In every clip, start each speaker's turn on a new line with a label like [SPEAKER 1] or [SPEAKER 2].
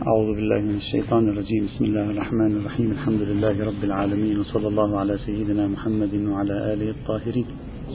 [SPEAKER 1] أعوذ بالله من الشيطان الرجيم. بسم الله الرحمن الرحيم. الحمد لله رب العالمين، وصلى الله على سيدنا محمد وعلى آله الطاهرين.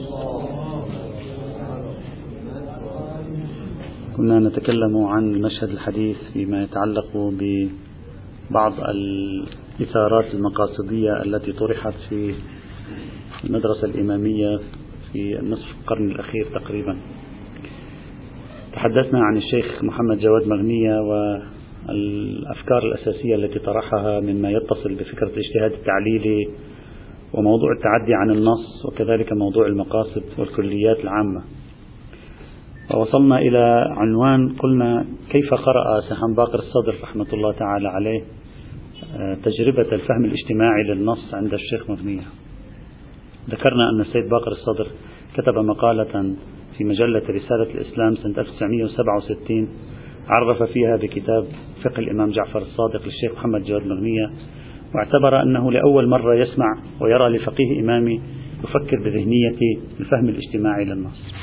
[SPEAKER 1] كنا نتكلم عن المشهد الحديث فيما يتعلق ببعض الإثارات المقاصدية التي طرحت في المدرسة الإمامية في نصف القرن الأخير تقريبا. تحدثنا عن الشيخ محمد جواد مغنية والأفكار الأساسية التي طرحها مما يتصل بفكرة الاجتهاد التعليلي وموضوع التعدي عن النص، وكذلك موضوع المقاصد والكليات العامة. ووصلنا إلى عنوان قلنا: كيف قرأ سحن باقر الصدر رحمة الله تعالى عليه تجربة الفهم الاجتماعي للنص عند الشيخ مغنية. ذكرنا أن السيد باقر الصدر كتب مقالة في مجلة رسالة الإسلام سنة 1967 عرف فيها بكتاب فقه الإمام جعفر الصادق للشيخ محمد جواد مغنية، واعتبر أنه لأول مرة يسمع ويرى لفقيه إمامي يفكر بذهنية الفهم الاجتماعي للنص.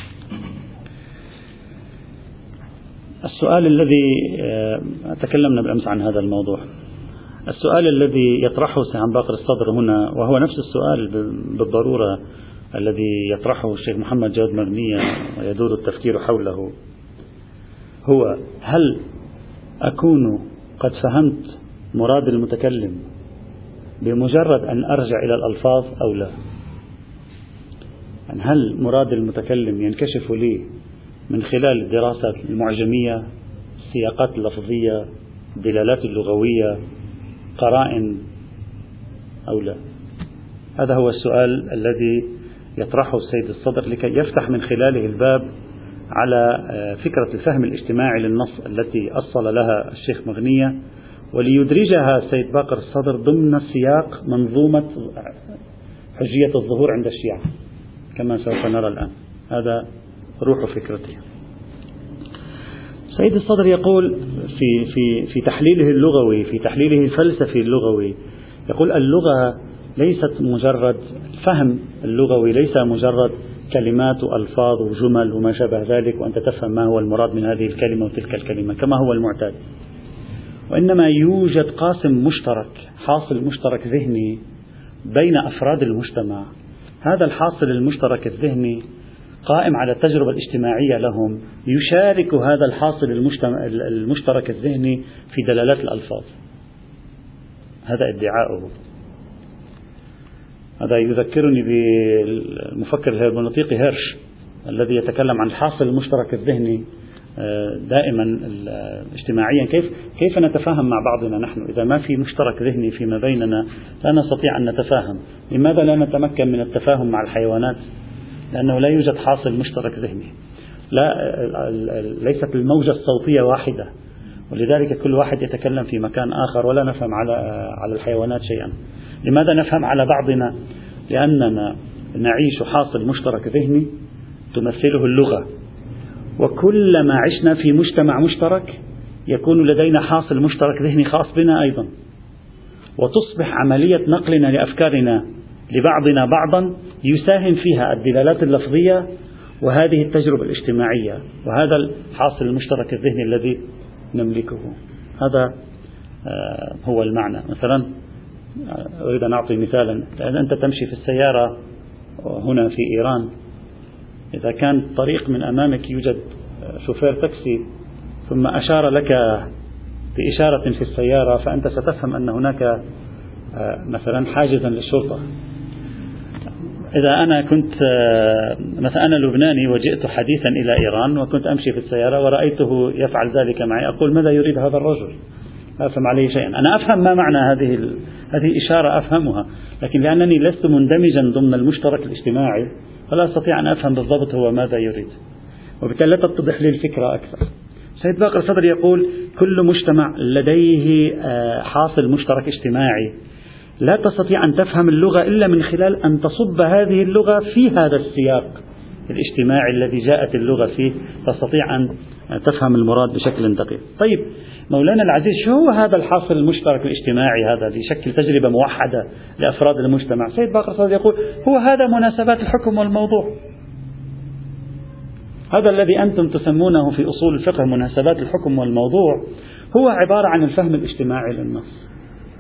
[SPEAKER 1] السؤال الذي تكلمنا بالأمس عن هذا الموضوع، السؤال الذي يطرحه سحن باقر الصدر هنا، وهو نفس السؤال بالضرورة الذي يطرحه الشيخ محمد جواد مغنية ويدور التفكير حوله، هو: هل أكون قد فهمت مراد المتكلم بمجرد أن أرجع إلى الألفاظ أو لا؟ يعني هل مراد المتكلم ينكشف لي من خلال الدراسة المعجمية، السياقات اللفظية، الدلالات اللغوية، قرائن أو لا؟ هذا هو السؤال الذي يطرحه السيد الصدر لكي يفتح من خلاله الباب على فكرة الفهم الاجتماعي للنص التي أصل لها الشيخ مغنية، وليدرجها السيد باقر الصدر ضمن سياق منظومة حجية الظهور عند الشيعة كما سوف نرى الآن. هذا روح فكرته. السيد الصدر يقول في تحليله اللغوي، في تحليله الفلسفي اللغوي، يقول: اللغة ليست مجرد فهم، اللغوي ليس مجرد كلمات وألفاظ وجمل وما شابه ذلك، وأنت تفهم ما هو المراد من هذه الكلمة وتلك الكلمة كما هو المعتاد، وإنما يوجد قاسم مشترك، حاصل مشترك ذهني بين أفراد المجتمع. هذا الحاصل المشترك الذهني قائم على التجربة الاجتماعية لهم، يشارك هذا الحاصل المشترك الذهني في دلالات الألفاظ. هذا ادعاؤه. هذا يذكرني بالمفكر الهرمنوطيقي هيرش الذي يتكلم عن الحاصل المشترك الذهني دائما اجتماعيا. كيف نتفاهم مع بعضنا نحن إذا ما في مشترك ذهني فيما بيننا؟ لا نستطيع أن نتفاهم. لماذا لا نتمكن من التفاهم مع الحيوانات؟ لأنه لا يوجد حاصل مشترك ذهني، ليست الموجة الصوتية واحدة، ولذلك كل واحد يتكلم في مكان آخر ولا نفهم على الحيوانات شيئا. لماذا نفهم على بعضنا؟ لأننا نعيش حاصل مشترك ذهني تمثله اللغة، وكلما عشنا في مجتمع مشترك يكون لدينا حاصل مشترك ذهني خاص بنا أيضا، وتصبح عملية نقلنا لأفكارنا لبعضنا بعضا يساهم فيها الدلالات اللفظية وهذه التجربة الاجتماعية، وهذا الحاصل المشترك الذهني الذي نملكه. هذا هو المعنى. مثلا أريد أن أعطي مثالا: أنت تمشي في السيارة هنا في إيران، إذا كان طريق من أمامك يوجد شوفير تاكسي ثم أشار لك بإشارة في السيارة، فأنت ستفهم أن هناك مثلا حاجزا للشرطة. إذا أنا كنت مثلا أنا لبناني وجئت حديثا إلى إيران وكنت أمشي في السيارة ورأيته يفعل ذلك معي، أقول: ماذا يريد هذا الرجل؟ لا أفهم عليه شيئا. أنا أفهم ما معنى هذه إشارة أفهمها، لكن لأنني لست مندمجا ضمن المشترك الاجتماعي فلا أستطيع أن أفهم بالضبط هو ماذا يريد، وبالتالي لا تتضح لي الفكرة أكثر. سيد باقر الصدر يقول: كل مجتمع لديه حاصل مشترك اجتماعي، لا تستطيع أن تفهم اللغة إلا من خلال أن تصب هذه اللغة في هذا السياق الاجتماعي الذي جاءت اللغة فيه، تستطيع أن تفهم المراد بشكل دقيق. طيب مولانا العزيز، شو هو هذا الحاصل المشترك الاجتماعي هذا يشكل تجربة موحدة لأفراد المجتمع؟ سيد باقر الصدر يقول: هو هذا مناسبات الحكم والموضوع. هذا الذي أنتم تسمونه في أصول الفقه مناسبات الحكم والموضوع هو عبارة عن الفهم الاجتماعي للنص،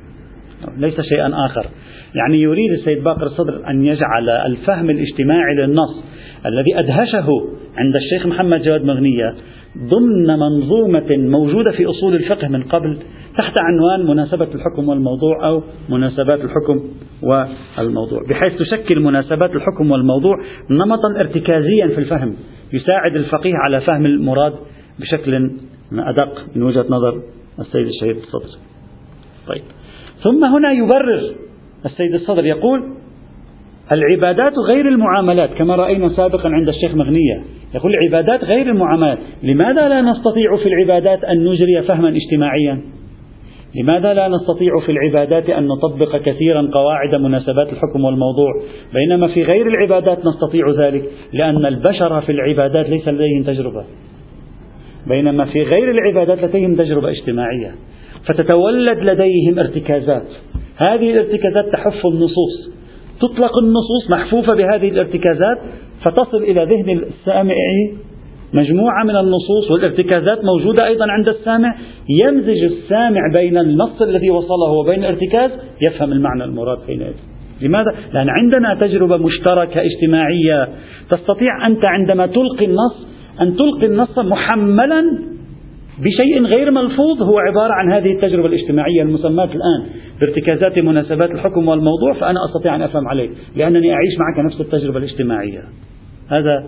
[SPEAKER 1] ليس شيئا آخر. يعني يريد السيد باقر الصدر أن يجعل الفهم الاجتماعي للنص الذي أدهشه عند الشيخ محمد جواد مغنية ضمن منظومة موجودة في أصول الفقه من قبل تحت عنوان مناسبة الحكم والموضوع أو مناسبات الحكم والموضوع، بحيث تشكل مناسبات الحكم والموضوع نمطا ارتكازيا في الفهم يساعد الفقيه على فهم المراد بشكل أدق من وجهة نظر السيد الشهيد الصدر. طيب، ثم هنا يبرر السيد الصدر يقول العبادات غير المعاملات كما رأينا سابقا عند الشيخ مغنية، يقول العبادات غير المعاملات. لماذا لا نستطيع في العبادات أن نجري فهما اجتماعيا؟ لماذا لا نستطيع في العبادات أن نطبق كثيرا قواعد مناسبات الحكم والموضوع، بينما في غير العبادات نستطيع ذلك؟ لأن البشر في العبادات ليس لديهم تجربة، بينما في غير العبادات لديهم تجربة اجتماعية، فتتولد لديهم ارتكازات. هذه الارتكازات تحف النصوص، تطلق النصوص محفوفة بهذه الارتكازات، فتصل إلى ذهن السامع مجموعة من النصوص والارتكازات موجودة أيضا عند السامع، يمزج السامع بين النص الذي وصله وبين الارتكاز، يفهم المعنى المراد حينئذ. لماذا؟ لأن عندنا تجربة مشتركة اجتماعية. تستطيع أنت عندما تلقي النص أن تلقي النص محملا بشيء غير ملفوظ هو عبارة عن هذه التجربة الاجتماعية المسماة الآن بارتكازات مناسبات الحكم والموضوع، فأنا أستطيع أن أفهم عليك لأنني أعيش معك نفس التجربة الاجتماعية. هذا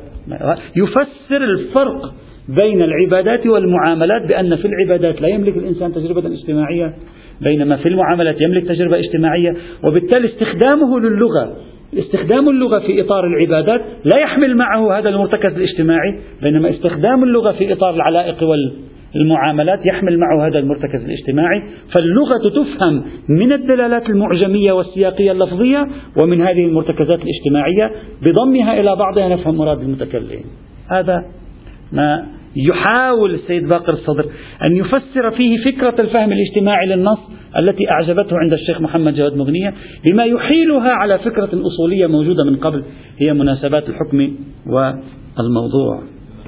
[SPEAKER 1] يفسر الفرق بين العبادات والمعاملات، بأن في العبادات لا يملك الإنسان تجربة اجتماعية، بينما في المعاملات يملك تجربة اجتماعية. وبالتالي استخدامه للغة، استخدام اللغة في إطار العبادات لا يحمل معه هذا المرتكز الاجتماعي، بينما استخدام اللغة في إطار العلائق والمعاملات يحمل معه هذا المرتكز الاجتماعي. فاللغة تفهم من الدلالات المعجمية والسياقية اللفظية ومن هذه المرتكزات الاجتماعية، بضمها إلى بعضها نفهم مراد المتكلم. هذا ما يحاول السيد باقر الصدر أن يفسر فيه فكرة الفهم الاجتماعي للنص التي أعجبته عند الشيخ محمد جواد مغنية، بما يحيلها على فكرة أصولية موجودة من قبل هي مناسبات الحكم والموضوع.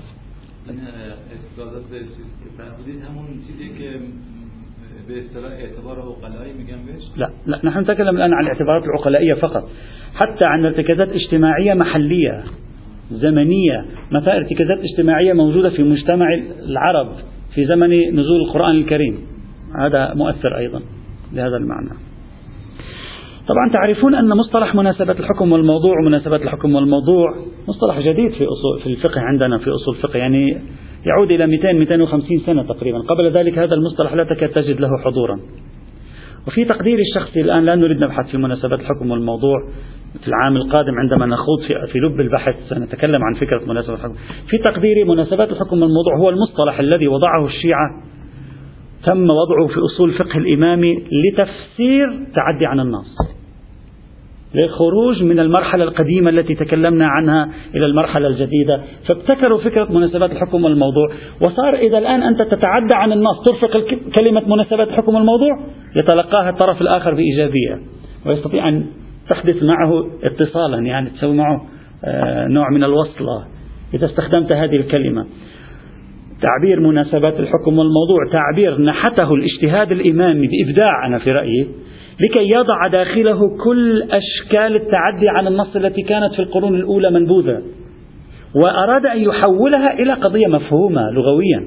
[SPEAKER 1] لا، نحن نتكلم الآن عن الاعتبارات العقلائية فقط، حتى عن ارتكازات اجتماعية محلية زمنية. مثلا ارتكازات اجتماعية موجودة في مجتمع العرب في زمن نزول القرآن الكريم، هذا مؤثر أيضا لهذا المعنى. طبعا تعرفون أن مصطلح مناسبة الحكم والموضوع ومناسبة الحكم والموضوع مصطلح جديد في الفقه عندنا في أصول الفقه، يعني يعود إلى 200-250 سنة تقريبا. قبل ذلك هذا المصطلح لا تكاد تجد له حضورا. وفي تقديري الشخصي الآن لا نريد نبحث في مناسبات الحكم والموضوع، في العام القادم عندما نخوض في لب البحث سنتكلم عن فكرة مناسبة الحكم. في تقديري مناسبات الحكم والموضوع هو المصطلح الذي وضعه الشيعة، تم وضعه في أصول الفقه الإمامي لتفسير تعدي عن النص، للخروج من المرحلة القديمة التي تكلمنا عنها إلى المرحلة الجديدة، فابتكروا فكرة مناسبات الحكم والموضوع. وصار إذا الآن أنت تتعدى عن النص ترفق كلمة مناسبات الحكم والموضوع، يتلقاها الطرف الآخر بإيجابية ويستطيع أن تحدث معه اتصالا، يعني تسوي معه نوع من الوصلة إذا استخدمت هذه الكلمة. تعبير مناسبات الحكم والموضوع تعبير نحته الاجتهاد الإمامي بإبداع أنا في رأيي، لكي يضع داخله كل أشكال التعدي عن النص التي كانت في القرون الأولى منبوذة، وأراد أن يحولها إلى قضية مفهومة لغويا.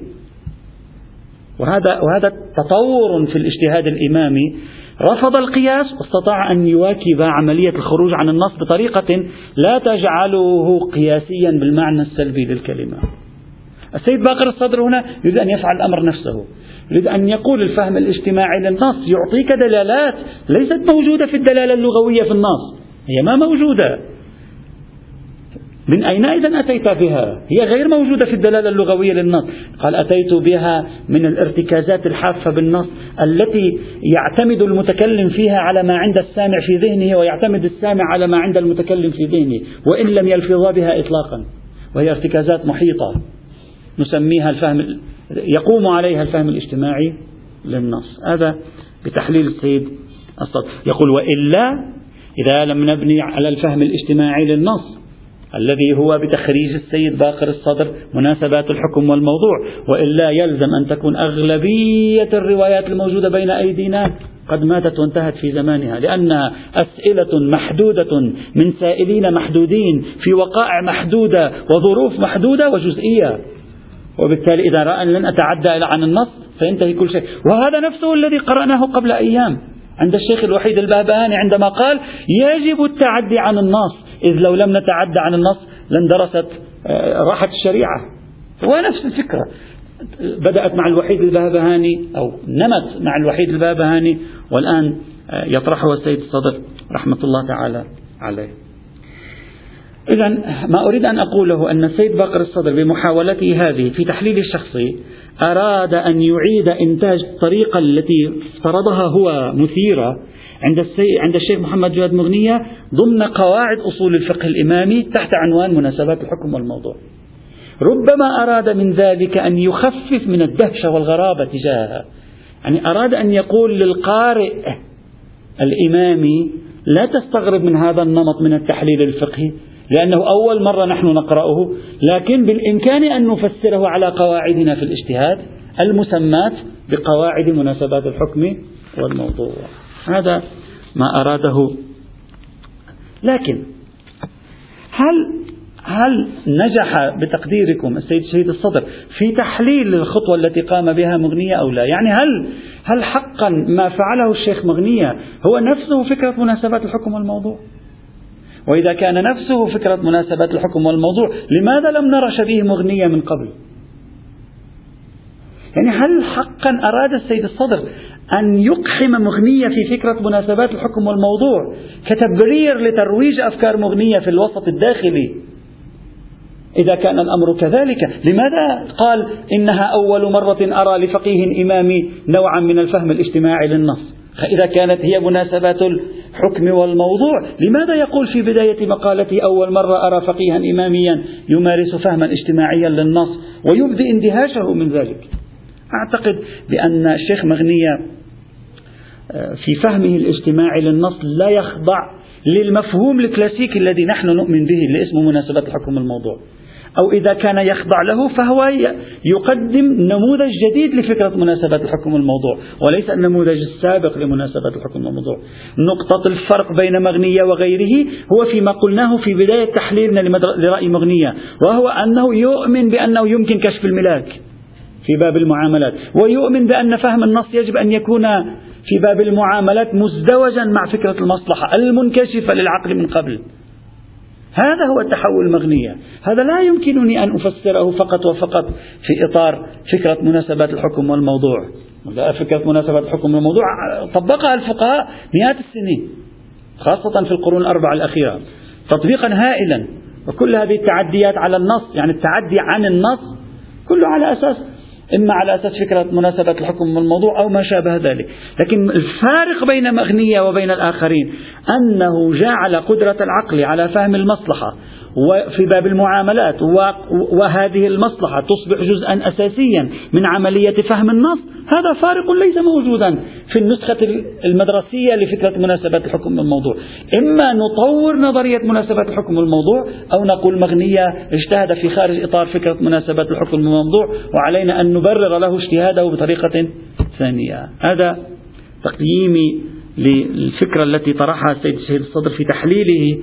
[SPEAKER 1] وهذا تطور في الاجتهاد الإمامي. رفض القياس واستطاع أن يواكب عملية الخروج عن النص بطريقة لا تجعله قياسيا بالمعنى السلبي للكلمة. السيد باقر الصدر هنا يريد أن يفعل الأمر نفسه، يريد أن يقول الفهم الاجتماعي للنص يعطيك دلالات ليست موجودة في الدلالة اللغوية في النص، هي ما موجودة. من أين إذن أتيت بها؟ هي غير موجودة في الدلالة اللغوية للنص. قال أتيت بها من الارتكازات الحافة بالنص التي يعتمد المتكلم فيها على ما عند السامع في ذهنه، ويعتمد السامع على ما عند المتكلم في ذهنه، وإن لم يلفظ بها إطلاقا، وهي ارتكازات محيطة نسميها الفهم، يقوم عليها الفهم الاجتماعي للنص. هذا بتحليل السيد الصدر. يقول وإلا إذا لم نبني على الفهم الاجتماعي للنص الذي هو بتخريج السيد باقر الصدر مناسبات الحكم والموضوع، وإلا يلزم أن تكون أغلبية الروايات الموجودة بين أيدينا قد ماتت وانتهت في زمانها، لأنها أسئلة محدودة من سائلين محدودين في وقائع محدودة وظروف محدودة وجزئية، وبالتالي إذا رأى لن أتعدى عن النص فينتهي كل شيء. وهذا نفسه الذي قرأناه قبل أيام عند الشيخ الوحيد البهبهاني عندما قال يجب التعدي عن النص، إذ لو لم نتعدى عن النص لاندرست راحت الشريعة. هو نفس الفكرة بدأت مع الوحيد البهبهاني أو نمت مع الوحيد البهبهاني، والآن يطرحها السيد الصدر رحمة الله تعالى عليه. إذن ما أريد أن أقوله أن السيد باقر الصدر بمحاولته هذه في تحليل الشخصي أراد أن يعيد إنتاج الطريقة التي افترضها هو مثيرة عند الشيخ محمد جواد مغنية ضمن قواعد أصول الفقه الإمامي تحت عنوان مناسبات الحكم والموضوع. ربما أراد من ذلك أن يخفف من الدهشة والغرابة تجاهها، يعني أراد أن يقول للقارئ الإمامي لا تستغرب من هذا النمط من التحليل الفقهي، لأنه أول مرة نحن نقرأه، لكن بالإمكان أن نفسره على قواعدنا في الاجتهاد المسمات بقواعد مناسبات الحكم والموضوع. هذا ما أراده. لكن هل نجح بتقديركم السيد شهيد الصدر في تحليل الخطوة التي قام بها مغنية أو لا؟ يعني هل حقا ما فعله الشيخ مغنية هو نفسه فكرة مناسبات الحكم والموضوع؟ وإذا كان نفسه فكرة مناسبات الحكم والموضوع لماذا لم نرى شبيه مغنية من قبل؟ يعني هل حقا أراد السيد الصدر أن يقحم مغنية في فكرة مناسبات الحكم والموضوع كتبرير لترويج أفكار مغنية في الوسط الداخلي؟ إذا كان الأمر كذلك لماذا قال إنها أول مرة أرى لفقيه إمامي نوعا من الفهم الاجتماعي للنص؟ إذا كانت هي مناسبات الحكم والموضوع لماذا يقول في بداية مقالته أول مرة أرى فقيها إماميا يمارس فهما اجتماعيا للنص ويبدي اندهاشه من ذلك؟ أعتقد بأن الشيخ مغنية في فهمه الاجتماعي للنص لا يخضع للمفهوم الكلاسيكي الذي نحن نؤمن به اللي اسمه مناسبات الحكم والموضوع، أو إذا كان يخضع له فهو يقدم نموذج جديد لفكرة مناسبات الحكم والموضوع وليس النموذج السابق لمناسبات الحكم والموضوع. نقطة الفرق بين مغنية وغيره هو فيما قلناه في بداية تحليلنا لرأي مغنية، وهو أنه يؤمن بأنه يمكن كشف الملاك في باب المعاملات، ويؤمن بأن فهم النص يجب أن يكون في باب المعاملات مزدوجا مع فكرة المصلحة المنكشفة للعقل من قبل. هذا هو التحول المغنية. هذا لا يمكنني أن أفسره فقط وفقط في إطار فكرة مناسبات الحكم والموضوع. فكرة مناسبات الحكم والموضوع طبقها الفقهاء مئات السنين خاصة في القرون الأربعة الأخيرة تطبيقا هائلا، وكل هذه التعديات على النص، يعني التعدي عن النص كله على أساس إما على أساس فكرة مناسبات الحكم والموضوع أو ما شابه ذلك. لكن الفارق بين مغنية وبين الآخرين أنه جعل قدرة العقل على فهم المصلحة وفي باب المعاملات، وهذه المصلحة تصبح جزءا أساسيا من عملية فهم النص. هذا فارق ليس موجودا في النسخة المدرسية لفكرة مناسبات الحكم والموضوع. إما نطور نظرية مناسبات الحكم والموضوع أو نقول مغنية اجتهد في خارج إطار فكرة مناسبات الحكم والموضوع وعلينا أن نبرر له اجتهاده بطريقة ثانية. هذا تقييمي للفكرة التي طرحها السيد الشهيد الصدر في تحليله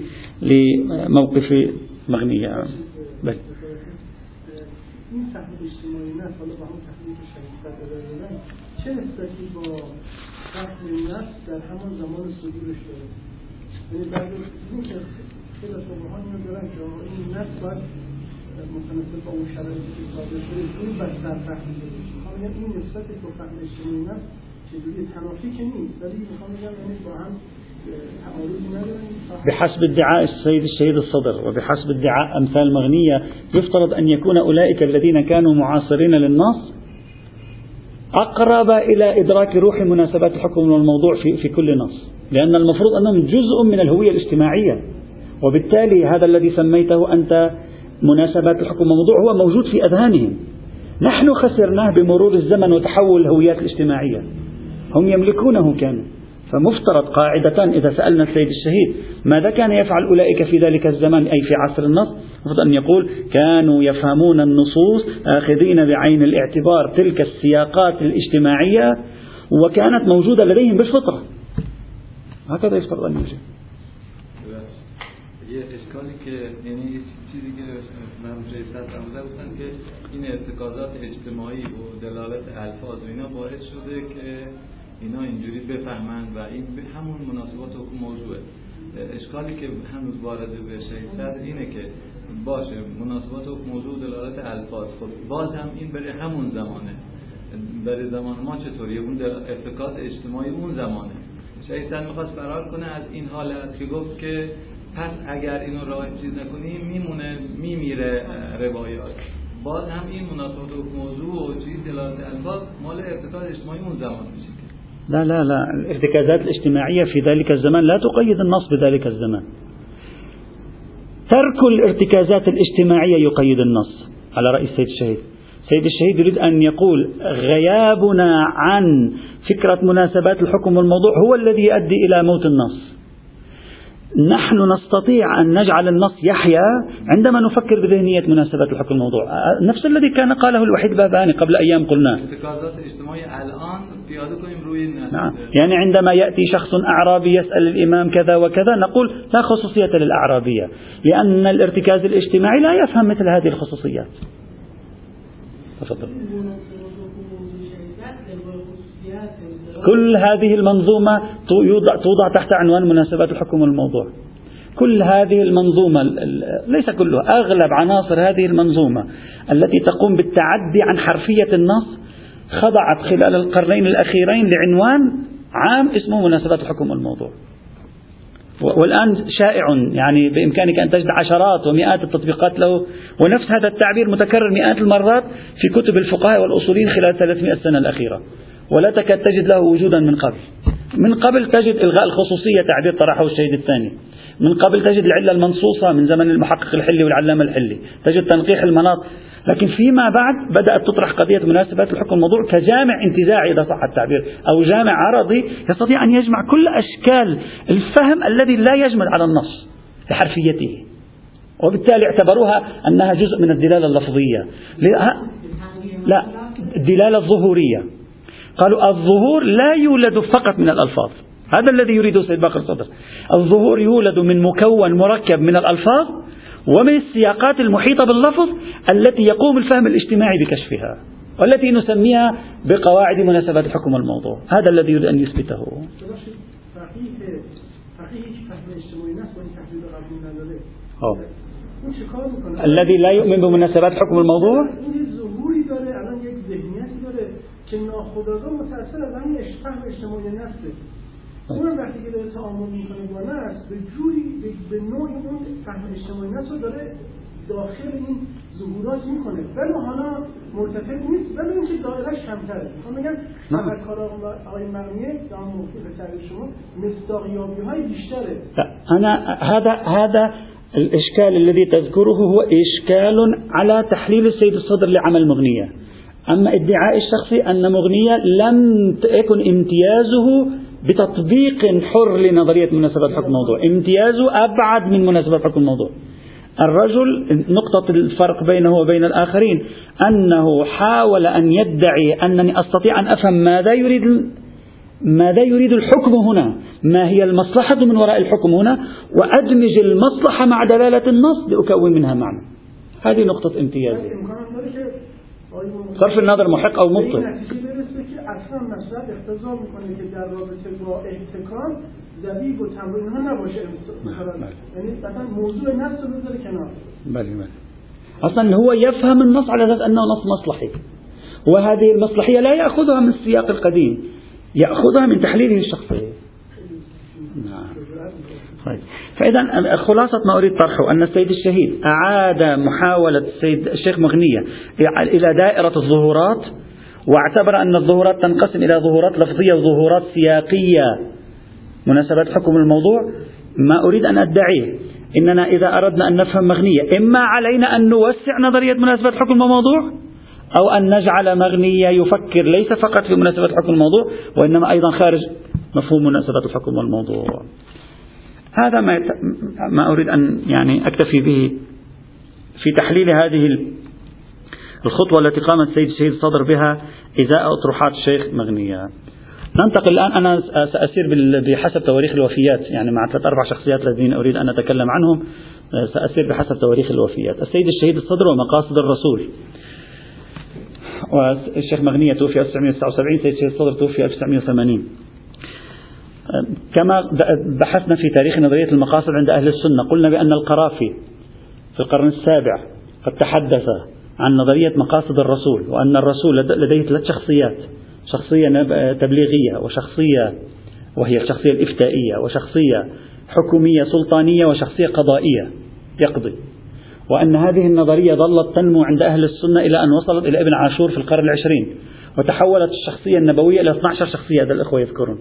[SPEAKER 1] لموقف مغنية. بل بحسب ادعاء السيد الشهيد الصدر وبحسب ادعاء أمثال مغنية يفترض أن يكون أولئك الذين كانوا معاصرين للنص أقرب إلى إدراك روح مناسبات الحكم والموضوع في كل نص، لأن المفروض أنهم جزء من الهوية الاجتماعية، وبالتالي هذا الذي سميته أنت مناسبات الحكم والموضوع هو موجود في أذهانهم. نحن خسرناه بمرور الزمن وتحول الهويات الاجتماعية، هم يملكونه كانوا، فمفترض قاعدة إذا سألنا السيد الشهيد ماذا كان يفعل أولئك في ذلك الزمان أي في عصر النص، المفروض أن يقول كانوا يفهمون النصوص آخذين بعين الاعتبار تلك السياقات الاجتماعية وكانت موجودة لديهم بالفطرة. هكذا يفترض أن يوجد.
[SPEAKER 2] اشکالی که یعنی چیزی که من جیسات آمده بودن که این ارتکازات اجتماعی و دلالت الفاظ و اینا باعث شده که اینا اینجوری بفهمند و این به همون مناسبات حکم موضوعه. اشکالی که هنوز وارد به شیصد اینه که باشه مناسبات حکم موضوع دلالت الفاظ، خب باز هم این برای همون زمانه، برای زمان ما چطوریه اون ارتکاز اجتماعی اون زمانه. شیصد میخواست فرار کنه از این حالت که گفت که پس اگر اینو راه چیز نکنیم میمیره روایات، باز هم این مناسبات حکم موضوع و چیز دلالت الفاظ مال ارتکاز اجتماعی اون زمان میشه.
[SPEAKER 1] لا الارتكازات الاجتماعية في ذلك الزمان لا تقيد النص بذلك الزمان. ترك الارتكازات الاجتماعية يقيد النص على رأي السيد الشهيد. السيد الشهيد يريد أن يقول غيابنا عن فكرة مناسبات الحكم والموضوع هو الذي يؤدي إلى موت النص. نحن نستطيع أن نجعل النص يحيا عندما نفكر بذهنية مناسبات الحكم والموضوع، نفس الذي كان قاله الوحيد باباني قبل أيام قلنا. نعم. يعني عندما يأتي شخص أعرابي يسأل الإمام كذا وكذا نقول لا خصوصية للأعرابية، لأن الارتكاز الاجتماعي لا يفهم مثل هذه الخصوصيات. تفضل. كل هذه المنظومة توضع تحت عنوان مناسبات الحكم والموضوع. كل هذه المنظومة ليس كلها، أغلب عناصر هذه المنظومة التي تقوم بالتعدي عن حرفية النص خضعت خلال القرنين الأخيرين لعنوان عام اسمه مناسبات الحكم والموضوع. والآن شائع، يعني بإمكانك أن تجد عشرات ومئات التطبيقات له، ونفس هذا التعبير متكرر مئات المرات في كتب الفقهاء والأصوليين خلال 300 سنة الأخيرة، ولا تكاد تجد له وجودا من قبل. من قبل تجد إلغاء الخصوصية، تعبير طرحه الشهيد الثاني. من قبل تجد العلة المنصوصة من زمن المحقق الحلي والعلامة الحلي، تجد تنقيح المناط. لكن فيما بعد بدأت تطرح قضية مناسبات الحكم الموضوع كجامع انتزاعي إذا صح التعبير، أو جامع عرضي يستطيع أن يجمع كل أشكال الفهم الذي لا يجمد على النص لحرفيته، وبالتالي اعتبروها أنها جزء من الدلالة اللفظية. لا، الدلالة الظهورية. قالوا الظهور لا يولد فقط من الألفاظ، هذا الذي يريده سيد باقر الصدر. الظهور يولد من مكون مركب من الألفاظ ومن السياقات المحيطة باللفظ التي يقوم الفهم الاجتماعي بكشفها، والتي نسميها بقواعد مناسبات الحكم والموضوع. هذا الذي يريد أن يثبته. الذي لا يؤمن بمناسبات حكم الموضوع
[SPEAKER 3] که ناخودآگاه متأثر از همین فهم اجتماعی نفسه. اون وقتی که داره تعامل میکنه با نفس به جوری به نوعی اون فهم اجتماعی نفس رو داره داخل این ظهورات میکنه، ولی حالا مرتفع نیست، ولی اینکه دایره‌اش کمتره. میخوام بگم تفکر آقای معنیه در موقع تعریف شما مصداقیابی‌های بیشتره.
[SPEAKER 1] هذا الإشكال الذي تذكره هو إشكال على تحليل السيد الصدر لعمل مغنية. أما ادعاء الشخصي أن مغنية لم يكن امتيازه بتطبيق حر لنظرية مناسبات حكم الموضوع، امتيازه أبعد من مناسبات حكم الموضوع. الرجل نقطة الفرق بينه وبين الآخرين أنه حاول أن يدعي أنني أستطيع أن أفهم ماذا يريد الحكم هنا، ما هي المصلحة من وراء الحكم هنا، وأدمج المصلحة مع دلالة النص لأكون منها معنى. هذه نقطة امتيازه. صرف النظر محق أو مبطل. بله. أصلا هو يفهم النص على أساس أنه نص مصلحي، وهذه المصلحية لا يأخذها من السياق القديم، يأخذها من تحليله الشخصي. فإذا خلاصة ما أريد طرحه أن السيد الشهيد أعاد محاولة السيد الشيخ مغنية إلى دائرة الظهورات، واعتبر أن الظهورات تنقسم إلى ظهورات لفظية وظهورات سياقية مناسبات حكم الموضوع. ما أريد أن أدعيه إننا إذا أردنا أن نفهم مغنية إما علينا أن نوسع نظرية مناسبات حكم الموضوع، أو أن نجعل مغنية يفكر ليس فقط في مناسبات حكم الموضوع وإنما أيضا خارج مفهوم مناسبة الحكم والموضوع. هذا ما أريد أن يعني أكتفي به في تحليل هذه الخطوة التي قام السيد الشهيد الصدر بها إزاء أطروحات الشيخ مغنية. ننتقل الآن، أنا سأسير بحسب تواريخ الوفيات، يعني مع 3-4 شخصيات الذين أريد أن أتكلم عنهم سأسير بحسب تواريخ الوفيات. السيد الشهيد الصدر ومقاصد الرسول، والشيخ مغنية توفي 1979، السيد الشهيد الصدر توفي 1980. كما بحثنا في تاريخ نظرية المقاصد عند أهل السنة، قلنا بأن القرافي في القرن السابع قد تحدث عن نظرية مقاصد الرسول، وأن الرسول لديه 3 شخصيات: شخصية تبليغية، وشخصية وهي الشخصية الإفتائية، وشخصية حكومية سلطانية، وشخصية قضائية يقضي. وأن هذه النظرية ظلت تنمو عند أهل السنة إلى أن وصلت إلى ابن عاشور في القرن 20، وتحولت الشخصية النبوية إلى 12 شخصية. هذا الأخوة يذكرون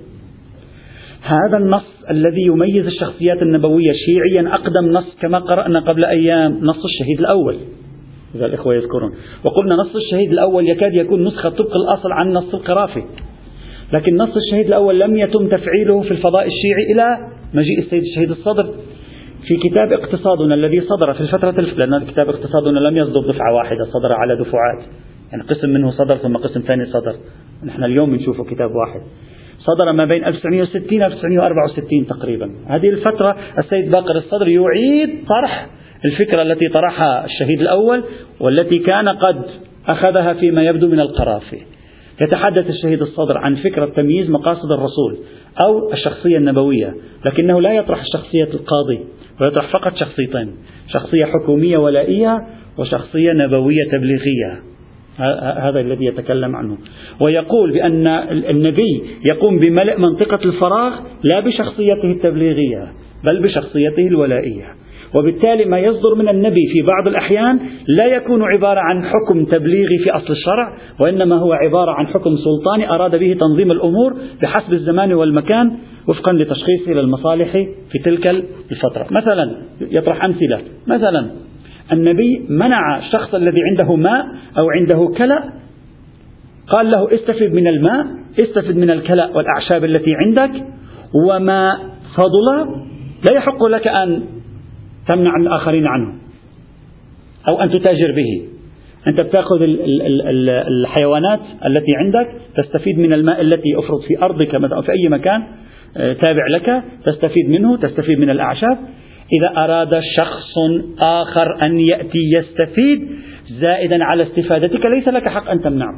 [SPEAKER 1] هذا النص الذي يميز الشخصيات النبوية شيعيا. أقدم نص كما قرأنا قبل أيام نص الشهيد الأول، إذا الإخوة يذكرون، وقلنا نص الشهيد الأول يكاد يكون نسخة طبق الأصل عن نص القرافي، لكن نص الشهيد الأول لم يتم تفعيله في الفضاء الشيعي إلى مجيء السيد الشهيد الصدر في كتاب اقتصادنا الذي صدر في الفترة لأن كتاب اقتصادنا لم يصدر دفعة واحدة، صدر على دفعات، يعني قسم منه صدر ثم قسم ثاني صدر. نحن اليوم نشوفه كتاب واحد صدر ما بين 1960 و 1964 تقريبا. هذه الفترة السيد باقر الصدر يعيد طرح الفكرة التي طرحها الشهيد الأول والتي كان قد أخذها فيما يبدو من القرافي. يتحدث الشهيد الصدر عن فكرة تمييز مقاصد الرسول أو الشخصية النبوية، لكنه لا يطرح شخصية القاضي، ويطرح فقط شخصيتين: شخصية حكومية ولائية وشخصية نبوية تبليغية. هذا الذي يتكلم عنه، ويقول بأن النبي يقوم بملء منطقة الفراغ لا بشخصيته التبليغية بل بشخصيته الولائية، وبالتالي ما يصدر من النبي في بعض الأحيان لا يكون عبارة عن حكم تبليغي في أصل الشرع، وإنما هو عبارة عن حكم سلطاني أراد به تنظيم الأمور بحسب الزمان والمكان وفقا لتشخيصه للمصالح في تلك الفترة. مثلا يطرح أمثلة، مثلا النبي منع الشخص الذي عنده ماء أو عنده كلأ، قال له: استفد من الماء، استفد من الكلأ والأعشاب التي عندك، وما فضل لا يحق لك أن تمنع الآخرين عنه أو أن تتاجر به. أنت بتأخذ الحيوانات التي عندك، تستفيد من الماء التي أفرض في أرضك أو في أي مكان تابع لك، تستفيد منه، تستفيد من الأعشاب. إذا أراد شخص آخر أن يأتي يستفيد زائدا على استفادتك ليس لك حق أن تمنعه.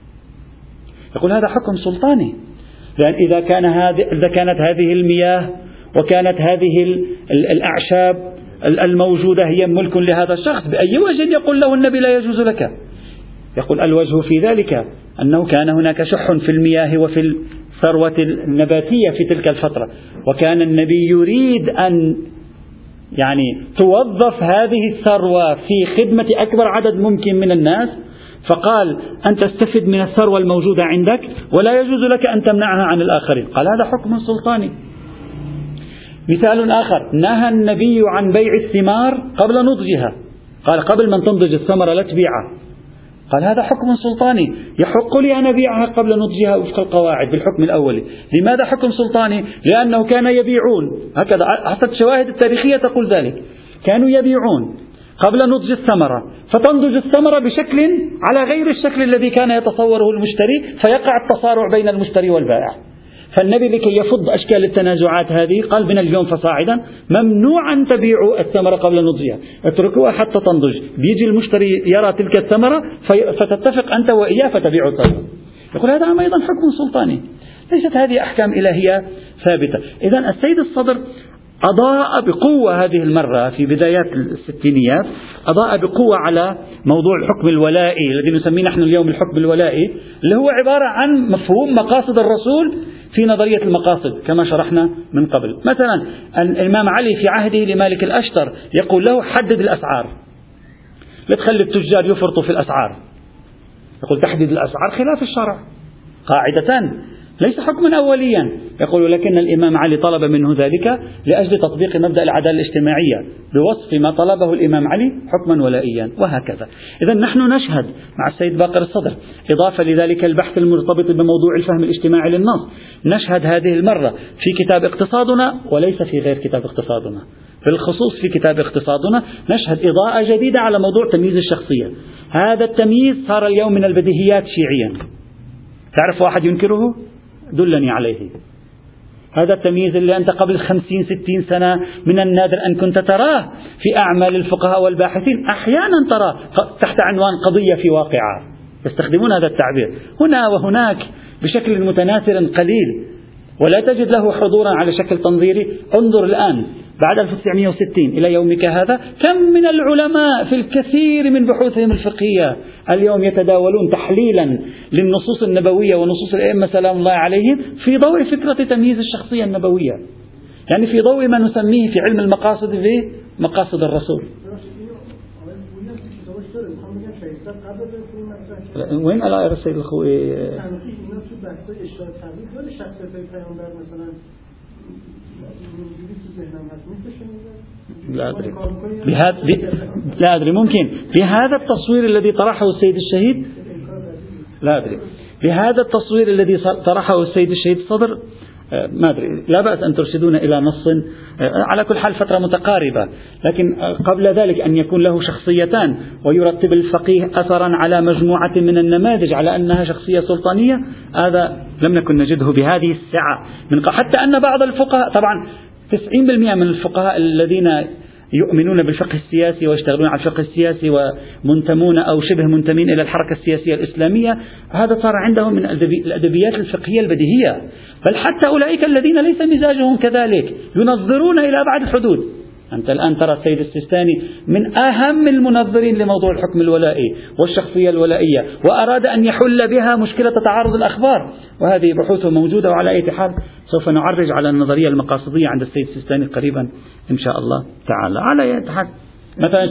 [SPEAKER 1] يقول هذا حكم سلطاني، لأن إذا كانت هذه المياه وكانت هذه الأعشاب الموجودة هي ملك لهذا الشخص، بأي وجه يقول له النبي لا يجوز لك؟ يقول الوجه في ذلك أنه كان هناك شح في المياه وفي الثروة النباتية في تلك الفترة، وكان النبي يريد أن توظف هذه الثروة في خدمة أكبر عدد ممكن من الناس، فقال: أن تستفد من الثروة الموجودة عندك ولا يجوز لك أن تمنعها عن الآخرين. قال هذا حكم سلطاني. مثال آخر: نهى النبي عن بيع الثمار قبل نضجها، قال: قبل من تنضج الثمرة لا تبيعها. قال هذا حكم سلطاني، يحق لي أن أبيعها قبل نضجها وفق القواعد بالحكم الأولي. لماذا حكم سلطاني؟ لأنه كان يبيعون، هكذا حتى الشواهد التاريخية تقول ذلك، كانوا يبيعون قبل نضج الثمرة، فتنضج الثمرة بشكل على غير الشكل الذي كان يتصوره المشتري، فيقع التصارع بين المشتري والبائع. فالنبي لكي يفض أشكال التنازعات هذه قال: من اليوم فصاعدا ممنوع أن تبيعوا الثمرة قبل نضجها، اتركوها حتى تنضج، بيجي المشتري يرى تلك الثمرة فتتفق أنت وإياه فتبيعوا الثمرة. يقول هذا أيضا حكم سلطاني، ليست هذه أحكام إلهية ثابتة. إذن السيد الصدر أضاء بقوة هذه المرة في بدايات الستينيات، أضاء بقوة على موضوع الحكم الولائي الذي نسميه نحن اليوم الحكم الولائي، اللي هو عبارة عن مفهوم مقاصد الرسول في نظرية المقاصد كما شرحنا من قبل. مثلا الإمام علي في عهده لمالك الأشتر يقول له: حدد الأسعار، لا تخلي التجار يفرطوا في الأسعار. يقول تحديد الأسعار خلاف الشرع قاعدة، ليس حكما أوليا. يقول لكن الإمام علي طلب منه ذلك لأجل تطبيق مبدأ العدالة الاجتماعية بوصف ما طلبه الإمام علي حكما ولائيا، وهكذا. إذا نحن نشهد مع السيد باقر الصدر، إضافة لذلك البحث المرتبط بموضوع الفهم الاجتماعي للنص، نشهد هذه المرة في كتاب اقتصادنا وليس في غير كتاب اقتصادنا، بالخصوص في كتاب اقتصادنا نشهد إضاءة جديدة على موضوع تمييز الشخصية. هذا التمييز صار اليوم من البديهيات شيعيا. تعرف واحد ينكره؟ دلني عليه. هذا التمييز اللي أنت قبل 50-60 سنة من النادر أن كنت تراه في أعمال الفقهاء والباحثين، أحيانا تراه تحت عنوان قضية في واقعة، يستخدمون هذا التعبير هنا وهناك بشكل متناثر قليل، ولا تجد له حضورا على شكل تنظيري. انظر الآن بعد 1960 إلى يومك هذا كم من العلماء في الكثير من بحوثهم الفقهية اليوم يتداولون تحليلا للنصوص النبوية ونصوص الأئمة سلام الله عليهم في ضوء فكرة تمييز الشخصية النبوية، يعني في ضوء ما نسميه في علم المقاصد في مقاصد الرسول. وين على السيد الخوئي؟ لا أدري ممكن بهذا التصوير الذي طرحه السيد الشهيد، لا أدري بهذا التصوير الذي طرحه السيد الشهيد صدر، ما أدري، لا بأس أن ترشدون إلى نص على كل حال فترة متقاربة، لكن قبل ذلك أن يكون له شخصيتان ويرتب الفقيه أثرا على مجموعة من النماذج على أنها شخصية سلطانية، هذا لم نكن نجده بهذه السعة حتى أن بعض الفقهاء، طبعا 90% من الفقهاء الذين يؤمنون بالفقه السياسي ويشتغلون على الفقه السياسي ومنتمون أو شبه منتمين إلى الحركة السياسية الإسلامية، هذا صار عندهم من الأدبيات الفقهية البديهية، بل حتى أولئك الذين ليس مزاجهم كذلك ينظرون إلى أبعد الحدود. أنت الآن ترى السيد السيستاني من أهم المنظرين لموضوع الحكم الولائي والشخصية الولائية، وأراد أن يحل بها مشكلة تعارض الأخبار، وهذه بحوثه موجودة. وعلى أي حال سوف نعرج على النظرية المقاصدية عند السيد السيستاني قريبا إن شاء الله تعالى. على أي حال مثلا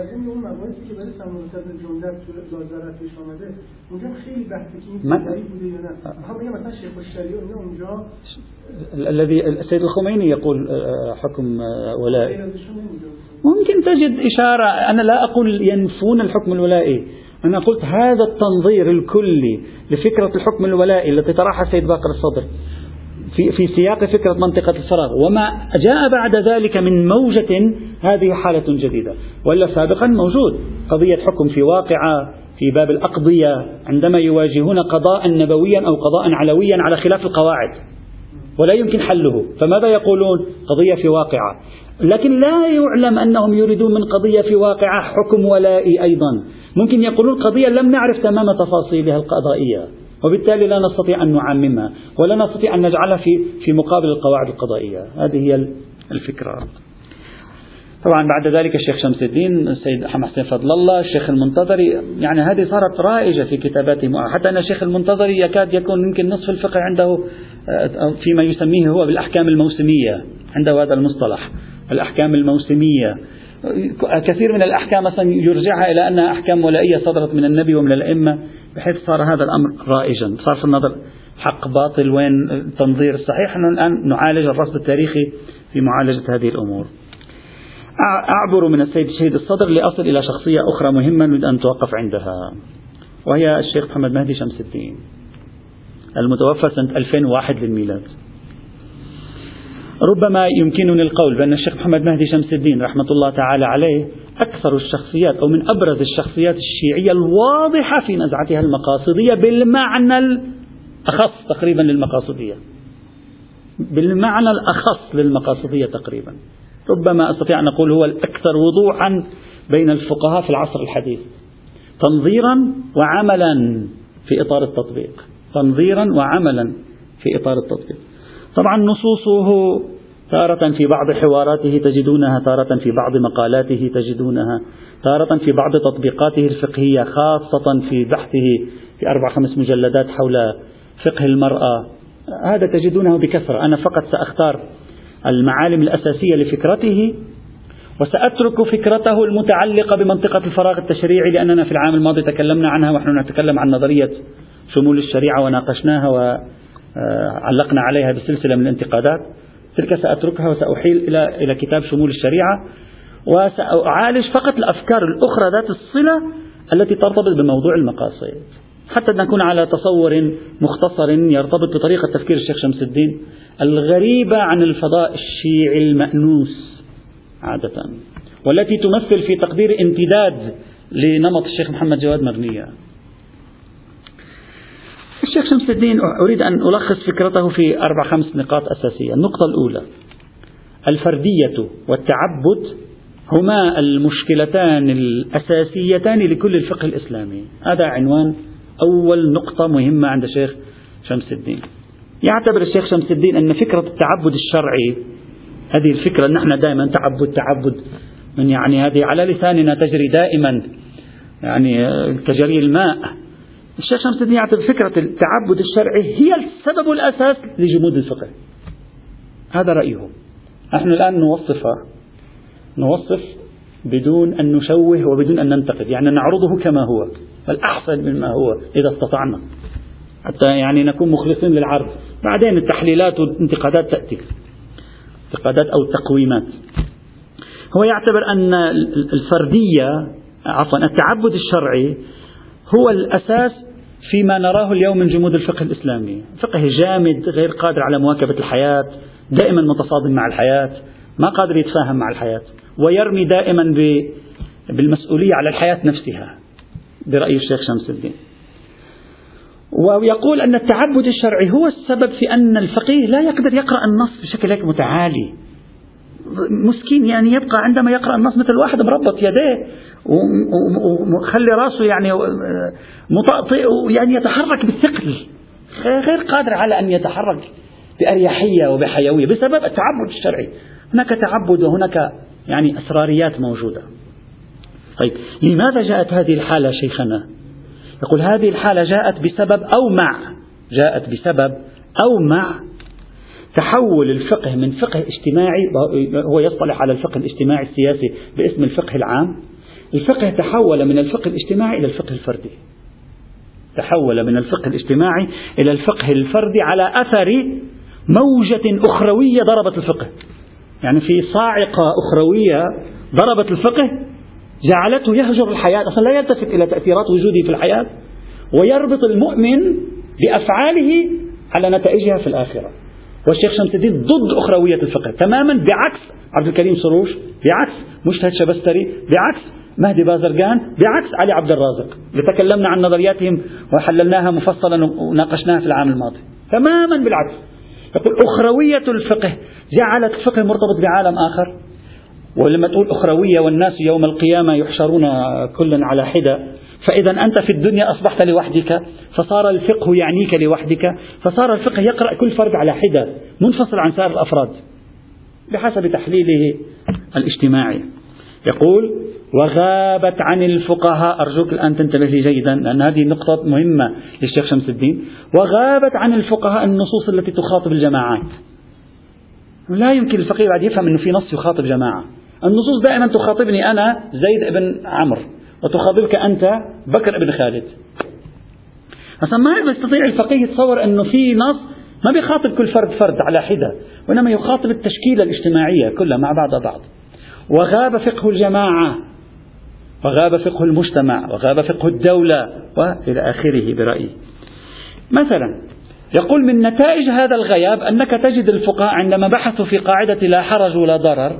[SPEAKER 1] الذي السيد الخميني يقول حكم ولائي، ممكن تجد إشارة. أنا لا أقول ينفون الحكم الولائي، أنا قلت هذا التنظير الكلي لفكرة الحكم الولائي التي طرحها السيد باقر الصدر في سياق فكرة منطقة الفراغ وما جاء بعد ذلك من موجة، هذه حالة جديدة. ولا سابقا موجود قضية حكم في واقعة في باب الأقضية عندما يواجهون قضاء نبويا أو قضاء علويا على خلاف القواعد ولا يمكن حله، فماذا يقولون؟ قضية في واقعة، لكن لا يعلم أنهم يريدون من قضية في واقعة حكم ولائي أيضا. ممكن يقولون قضية لم نعرف تمام تفاصيلها القضائية، وبالتالي لا نستطيع أن نعممها ولا نستطيع أن نجعلها في مقابل القواعد القضائية. هذه هي الفكرة. طبعا بعد ذلك الشيخ شمس الدين، السيد حسين فضل الله، الشيخ المنتظري، يعني هذه صارت رائجة في كتاباتهم، حتى أن الشيخ المنتظري يكاد يكون يمكن نصف الفقه عنده فيما يسميه هو بالأحكام الموسمية، عنده هذا المصطلح الأحكام الموسمية. كثير من الأحكام مثلا يرجعها إلى أنها أحكام ولائية صدرت من النبي ومن الأئمة، بحيث صار هذا الأمر رائجا. صار في النظر حق باطل وين التنظير الصحيح. نحن الآن نعالج الرصد التاريخي في معالجة هذه الأمور. أعبر من السيد الشهيد الصدر لأصل إلى شخصية أخرى مهمة نريد أن نتوقف عندها، وهي الشيخ محمد مهدي شمس الدين المتوفى سنة 2001 للميلاد. ربما يمكنني القول بأن الشيخ محمد مهدي شمس الدين رحمة الله تعالى عليه أكثر الشخصيات أو من أبرز الشخصيات الشيعية الواضحة في نزعتها المقاصدية بالمعنى الأخص تقريبا للمقاصدية، بالمعنى الأخص للمقاصدية تقريبا. ربما أستطيع أن أقول هو الأكثر وضوحا بين الفقهاء في العصر الحديث، تنظيرا وعملا في إطار التطبيق، تنظيرا وعملا في إطار التطبيق. طبعا نصوصه تارة في بعض حواراته تجدونها، تارة في بعض مقالاته تجدونها، تارة في بعض تطبيقاته الفقهية، خاصة في بحثه في 4-5 مجلدات حول فقه المرأة، هذا تجدونه بكثرة. أنا فقط سأختار المعالم الأساسية لفكرته، وسأترك فكرته المتعلقة بمنطقة الفراغ التشريعي، لأننا في العام الماضي تكلمنا عنها ونحن نتكلم عن نظرية شمول الشريعة وناقشناها علقنا عليها بسلسلة من الانتقادات، تلك سأتركها وسأحيل إلى كتاب شمول الشريعة، وسأعالج فقط الأفكار الأخرى ذات الصلة التي ترتبط بموضوع المقاصد، حتى نكون على تصور مختصر يرتبط بطريقة تفكير الشيخ شمس الدين الغريبة عن الفضاء الشيعي المأنوس عادة، والتي تمثل في تقدير امتداد لنمط الشيخ محمد جواد مرنية. الشيخ شمس الدين أريد أن ألخص فكرته في 4-5 نقاط أساسية. النقطة الأولى: الفردية والتعبد هما المشكلتان الأساسيتان لكل الفقه الإسلامي. هذا عنوان أول نقطة مهمة عند الشيخ شمس الدين. يعتبر الشيخ شمس الدين أن فكرة التعبد الشرعي، هذه الفكرة نحن دائما تعبد من يعني هذه على لساننا تجري دائما يعني كجري الماء. الشيخ شمس الدين يعتبر فكرة التعبد الشرعي هي السبب الأساس لجمود الفقه. هذا رأيه. نحن الآن نوصف بدون أن نشوه وبدون أن ننتقد، يعني نعرضه كما هو والأحسن مما هو إذا استطعنا، حتى يعني نكون مخلصين للعرض. بعدين التحليلات والانتقادات تأتي، انتقادات أو التقويمات. هو يعتبر أن التعبد الشرعي هو الأساس فيما نراه اليوم من جمود الفقه الإسلامي. فقه جامد غير قادر على مواكبة الحياة، دائما متصادم مع الحياة، ما قادر يتفاهم مع الحياة، ويرمي دائما بالمسؤولية على الحياة نفسها برأي الشيخ شمس الدين. ويقول أن التعبد الشرعي هو السبب في أن الفقيه لا يقدر يقرأ النص بشكل هيك متعالي، مسكين يعني يبقى عندما يقرأ النص مثل واحد مربط يديه ومخلي راسه يعني مطأطئ، يعني يتحرك بالثقل، غير قادر على أن يتحرك بأريحية وبحيوية بسبب التعبد الشرعي. هناك تعبد وهناك يعني أسراريات موجودة. طيب لماذا جاءت هذه الحالة شيخنا؟ يقول هذه الحالة جاءت بسبب أو مع تحول الفقه من فقه اجتماعي، هو يصطلح على الفقه الاجتماعي السياسي باسم الفقه العام. الفقه تحول من الفقه الاجتماعي إلى الفقه الفردي، تحول من الفقه الاجتماعي إلى الفقه الفردي على أثر موجة أخروية ضربت الفقه، يعني في صاعقة أخروية ضربت الفقه جعلته يهجر الحياة، أصلا لا يلتفت إلى تأثيرات وجوده في الحياة، ويربط المؤمن بأفعاله على نتائجها في الآخرة. والشيخ شمس الدين ضد أخروية الفقه تماما، بعكس عبد الكريم سروش، بعكس مجتهد شبستري، بعكس مهدي بازرقان، بعكس علي عبد الرازق اللي تكلمنا عن نظرياتهم وحللناها مفصلا وناقشناها في العام الماضي. تماما بالعكس، يقول أخروية الفقه جعلت الفقه مرتبط بعالم آخر. ولما تقول أخروية والناس يوم القيامة يحشرون كل على حدة، فإذا أنت في الدنيا أصبحت لوحدك، فصار الفقه يعنيك لوحدك، فصار الفقه يقرأ كل فرد على حدة منفصل عن سائر الأفراد بحسب تحليله الاجتماعي. يقول وغابت عن الفقهاء، أرجوك الآن تنتبه لي جيدا لأن هذه نقطة مهمة للشيخ شمس الدين، وغابت عن الفقهاء النصوص التي تخاطب الجماعات. لا يمكن الفقيه بعد يفهم أنه في نص يخاطب جماعة. النصوص دائما تخاطبني أنا زيد بن عمرو، وتخاطبك أنت بكر بن خالد. أصلا ما يستطيع الفقيه يتصور أنه في نص ما بيخاطب كل فرد على حدة، وإنما يخاطب التشكيلة الاجتماعية كلها مع بعض. وغاب فقه الجماعة، وغاب فقه المجتمع، وغاب فقه الدولة، وإلى آخره برأيي. مثلا يقول من نتائج هذا الغياب أنك تجد الفقهاء عندما بحثوا في قاعدة لا حرج ولا ضرر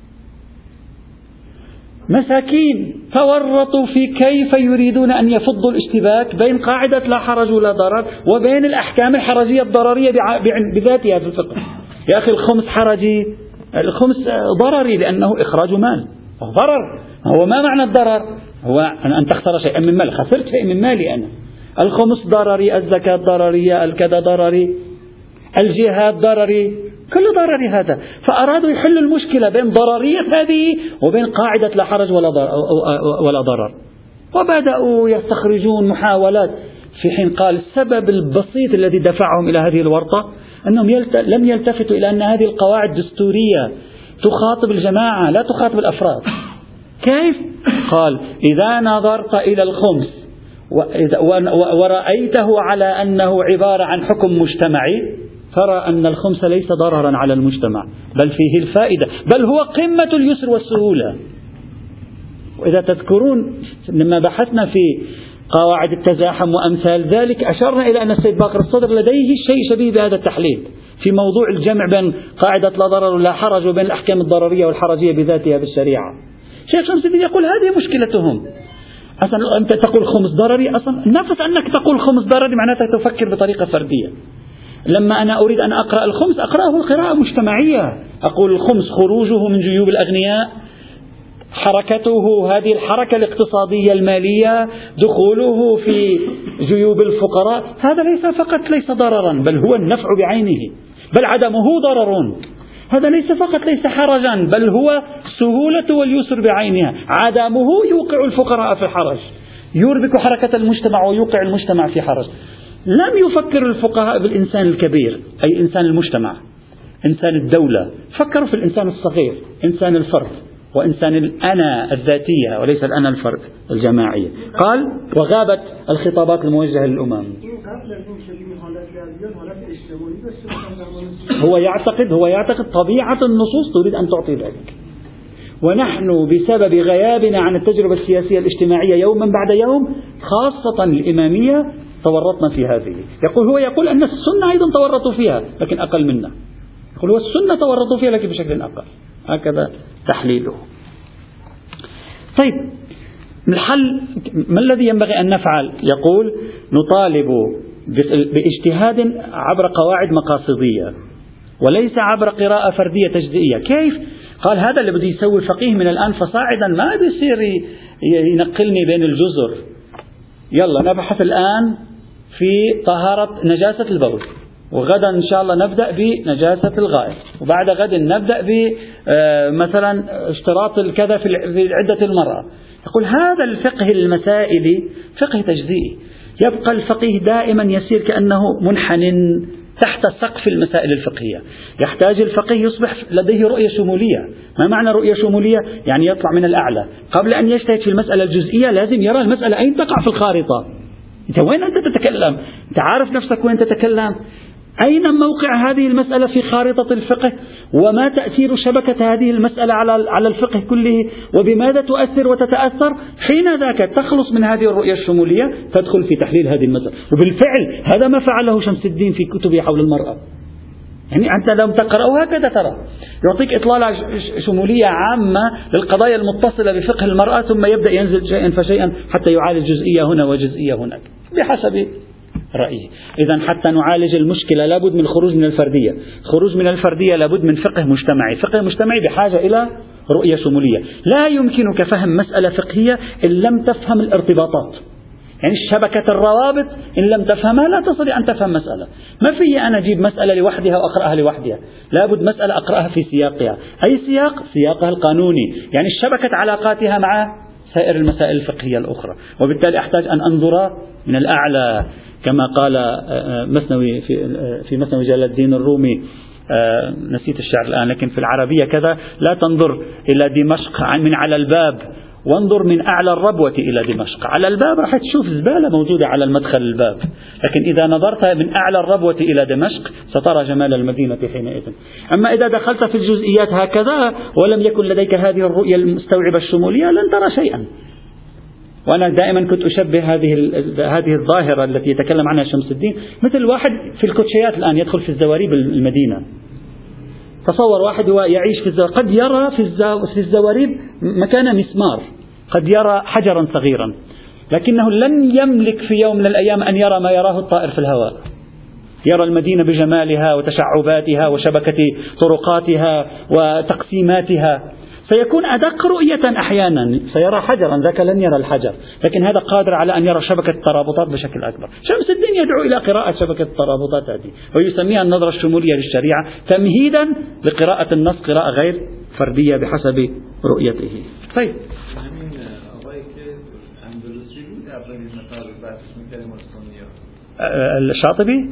[SPEAKER 1] مساكين تورطوا في كيف يريدون أن يفضوا الاشتباك بين قاعدة لا حرج ولا ضرر وبين الأحكام الحرجية الضررية بذاتها في الفقه. يا أخي الخمس حرجي، الخمس ضرري لأنه إخراج مال، ضرر. هو ما معنى الضرر؟ هو أن تخسر شيئا من مال، خسرت شيئا من مالي أنا. الخمس ضرري، الزكاة ضررية، الكذا ضرري، الجهاد ضرري، كل ضرري هذا. فأرادوا يحلوا المشكلة بين ضررية هذه وبين قاعدة لا حرج ولا ضرر، وبدأوا يستخرجون محاولات، في حين قال السبب البسيط الذي دفعهم إلى هذه الورطة أنهم لم يلتفتوا إلى أن هذه القواعد دستورية تخاطب الجماعة لا تخاطب الأفراد. كيف؟ قال إذا نظرت إلى الخمس ورأيته على أنه عبارة عن حكم مجتمعي، ترى أن الخمس ليس ضررا على المجتمع بل فيه الفائدة، بل هو قمة اليسر والسهولة. وإذا تذكرون لما بحثنا في قواعد التزاحم وأمثال ذلك أشرنا إلى أن السيد باقر الصدر لديه شيء شبيه بهذا التحليل في موضوع الجمع بين قاعدة لا ضرر ولا حرج وبين الأحكام الضررية والحرجية بذاتها بالشريعة. شيخ شمس الدين يقول هذه مشكلتهم. أصلا أنت تقول خمس ضرري، أصلا نفس أنك تقول خمس ضرري معناتها تفكر بطريقة فردية. لما أنا أريد أن أقرأ الخمس أقرأه القراءة مجتمعية، أقول الخمس خروجه من جيوب الأغنياء، حركته هذه الحركة الاقتصادية المالية، دخوله في جيوب الفقراء، هذا ليس ضررا بل هو النفع بعينه، بل عدمه ضرر. هذا ليس حرجا بل هو السهولة واليسر بعينها، عدمه يوقع الفقراء في حرج، يربك حركة المجتمع ويوقع المجتمع في حرج. لم يفكر الفقهاء بالإنسان الكبير أي إنسان المجتمع، إنسان الدولة، فكروا في الإنسان الصغير، إنسان الفرد وإنسان الأنا الذاتية وليس الأنا الفرد الجماعية. قال وغابت الخطابات الموجهة للأمم. هو يعتقد طبيعة النصوص تريد أن تعطي ذلك، ونحن بسبب غيابنا عن التجربة السياسية الاجتماعية يوما بعد يوم خاصة الإمامية تورطنا في هذه. هو يقول أن السنة أيضا تورطوا فيها لكن أقل منا، يقول هو السنة تورطوا فيها لكن بشكل أقل. هكذا تحليله. طيب الحل ما الذي ينبغي أن نفعل؟ يقول نطالب باجتهاد عبر قواعد مقاصدية وليس عبر قراءة فردية تجزئية. كيف؟ قال هذا اللي بده يسوي فقيه من الآن فصاعدا ما بيصير ينقلني بين الجزر. يلا نبحث الآن في طهارة نجاسة البول، وغدا إن شاء الله نبدأ بنجاسة الغائط، وبعد غد نبدأ مثلا اشتراط الكذا في عدة المرأة. يقول هذا الفقه المسائلي فقه تجزئي، يبقى الفقيه دائما يسير كأنه منحن تحت سقف المسائل الفقهية. يحتاج الفقيه يصبح لديه رؤية شمولية. ما معنى رؤية شمولية؟ يعني يطلع من الأعلى، قبل أن يجتهد في المسألة الجزئية لازم يرى المسألة أين تقع في الخارطة. أنت وين أنت تتكلم؟ أنت عارف نفسك وين تتكلم؟ أين موقع هذه المسألة في خارطة الفقه؟ وما تأثير شبكة هذه المسألة على الفقه كله؟ وبماذا تؤثر وتتأثر؟ حين ذاك تخلص من هذه الرؤية الشمولية تدخل في تحليل هذه المسألة. وبالفعل هذا ما فعله شمس الدين في كتبه حول المرأة. يعني أنت لم تقرأه هكذا ترى يعطيك إطلالة شمولية عامة للقضايا المتصلة بفقه المرأة، ثم يبدأ ينزل شيئا فشيئا حتى يعالج جزئية هنا وجزئية هناك بحسب رأيه. إذن حتى نعالج المشكلة لابد من الخروج من الفردية، خروج من الفردية لابد من فقه مجتمعي. فقه مجتمعي بحاجة إلى رؤية شمولية. لا يمكنك فهم مسألة فقهية إن لم تفهم الارتباطات، يعني شبكة الروابط إن لم تفهمها لا تستطيع أن تفهم مسألة. ما في أنا أجيب مسألة لوحدها وأقرأها لوحدها، لابد مسألة أقرأها في سياقها. أي سياق؟ سياقها القانوني، يعني شبكة علاقاتها مع سائر المسائل الفقهية الأخرى. وبالتالي أحتاج أن أنظر من الأعلى كما قال مثنوي في مثنوي جلال الدين الرومي، نسيت الشعر الآن لكن في العربية كذا: لا تنظر إلى دمشق من على الباب وانظر من أعلى الربوة إلى دمشق. على الباب راح تشوف زبالة موجودة على المدخل الباب، لكن إذا نظرت من أعلى الربوة إلى دمشق سترى جمال المدينة حينئذ. أما إذا دخلت في الجزئيات هكذا ولم يكن لديك هذه الرؤية المستوعبة الشمولية لن ترى شيئا. وأنا دائما كنت أشبه هذه الظاهرة التي يتكلم عنها شمس الدين مثل واحد في الكوتشيات الآن يدخل في الزواريب المدينة. تصور واحد هو يعيش في الزواريب قد يرى في الزواريب مكان مسمار، قد يرى حجرا صغيرا، لكنه لن يملك في يوم من الأيام أن يرى ما يراه الطائر في الهواء. يرى المدينة بجمالها وتشعباتها وشبكة طرقاتها وتقسيماتها. سيكون أدق رؤية أحيانا، سيرى حجرا ذاك لن يرى الحجر، لكن هذا قادر على أن يرى شبكة الترابطات بشكل أكبر. شمس الدين يدعو إلى قراءة شبكة الترابطات هذه ويسميها النظرة الشمولية للشريعة تمهيدا لقراءة النص قراءة غير فردية بحسب رؤيته. طيب الشاطبي؟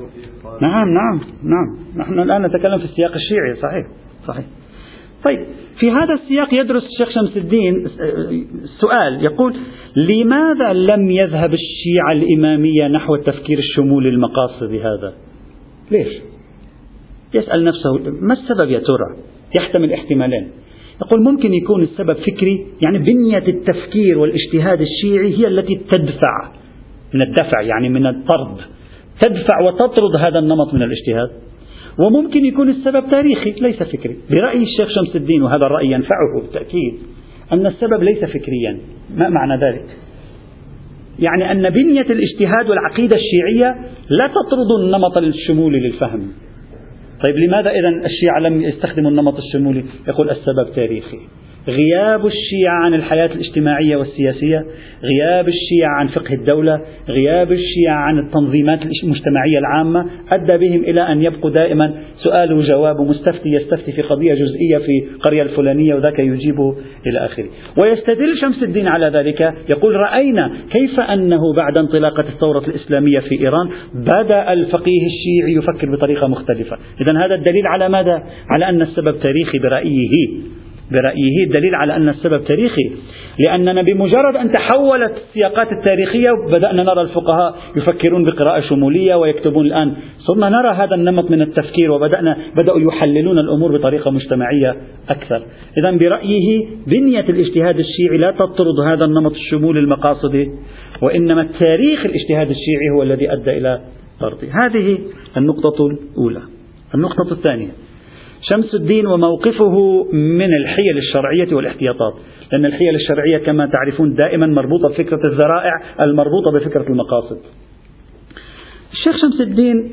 [SPEAKER 1] نعم نحن الآن نتكلم في السياق الشيعي. صحيح. طيب في هذا السياق يدرس الشيخ شمس الدين سؤال، يقول: لماذا لم يذهب الشيعة الإمامية نحو التفكير الشمولي المقاصدي هذا؟ ليش؟ يسأل نفسه ما السبب يا ترى؟ يحتمل احتمالين. يقول ممكن يكون السبب فكري، يعني بنية التفكير والاجتهاد الشيعي هي التي تدفع من الدفع، يعني من الطرد، تدفع وتطرد هذا النمط من الاجتهاد. وممكن يكون السبب تاريخي ليس فكري. برأي الشيخ شمس الدين، وهذا الرأي ينفعه بالتأكيد، أن السبب ليس فكريا. ما معنى ذلك؟ يعني أن بنية الاجتهاد والعقيدة الشيعية لا تطرد النمط الشمولي للفهم. طيب لماذا إذن الشيعة لم يستخدموا النمط الشمولي؟ يقول السبب تاريخي. غياب الشيعة عن الحياة الاجتماعية والسياسية، غياب الشيعة عن فقه الدولة، غياب الشيعة عن التنظيمات المجتمعية العامة أدى بهم إلى أن يبقوا دائما سؤال وجواب، مستفتي يستفتي في قضية جزئية في قرية الفلانية وذاك يجيبه إلى آخره. ويستدل شمس الدين على ذلك، يقول رأينا كيف أنه بعد انطلاقة الثورة الإسلامية في إيران بدأ الفقيه الشيعي يفكر بطريقة مختلفة. إذن هذا الدليل على ماذا؟ على أن السبب تاريخي برأيه الدليل على أن السبب تاريخي، لأننا بمجرد أن تحولت السياقات التاريخية بدأنا نرى الفقهاء يفكرون بقراءة شمولية ويكتبون الآن، صرنا نرى هذا النمط من التفكير بدأوا يحللون الأمور بطريقة مجتمعية أكثر. إذن برأيه بنية الاجتهاد الشيعي لا تطرد هذا النمط الشمولي المقاصدي، وإنما التاريخ الاجتهاد الشيعي هو الذي أدى إلى طرده. هذه النقطة الأولى. النقطة الثانية: شمس الدين وموقفه من الحيل الشرعية والاحتياطات، لأن الحيل الشرعية كما تعرفون دائما مربوطة بفكرة الذرائع المربوطة بفكرة المقاصد. الشيخ شمس الدين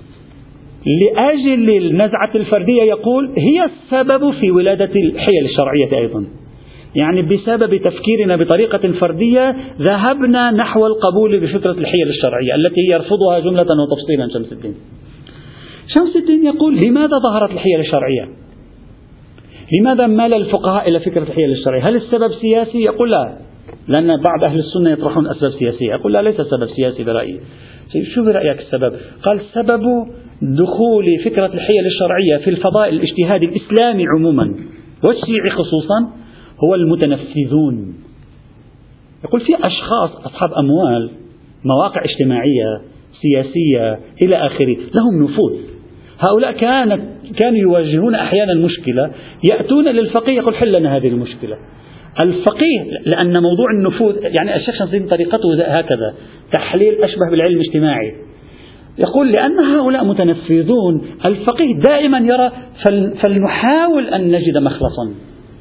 [SPEAKER 1] لأجل النزعة الفردية يقول هي السبب في ولادة الحيل الشرعية أيضا، يعني بسبب تفكيرنا بطريقة فردية ذهبنا نحو القبول بفكرة الحيل الشرعية التي يرفضها جملة وتفصيلا شمس الدين. شمس الدين يقول لماذا ظهرت الحيل الشرعية؟ لماذا مال الفقهاء إلى فكرة الحيل الشرعية؟ هل السبب سياسي؟ يقول لا، لأن بعض أهل السنة يطرحون أسباب سياسية. يقول لا، ليس سبب سياسي برأيي. شو برأيك السبب؟ قال سبب دخول فكرة الحيل الشرعية في الفضاء الاجتهادي الإسلامي عموما والشيعي خصوصا هو المتنفذون. يقول في أشخاص أصحاب أموال، مواقع اجتماعية سياسية إلى آخره، لهم نفوذ. هؤلاء كانوا يواجهون أحيانا مشكلة، يأتون للفقيه يقول حل لنا هذه المشكلة. الفقيه لأن موضوع النفوذ، يعني الشيخ شمس الدين طريقته هكذا، تحليل أشبه بالعلم الاجتماعي. يقول لأن هؤلاء متنفذون، الفقيه دائما يرى فلنحاول أن نجد مخلصا،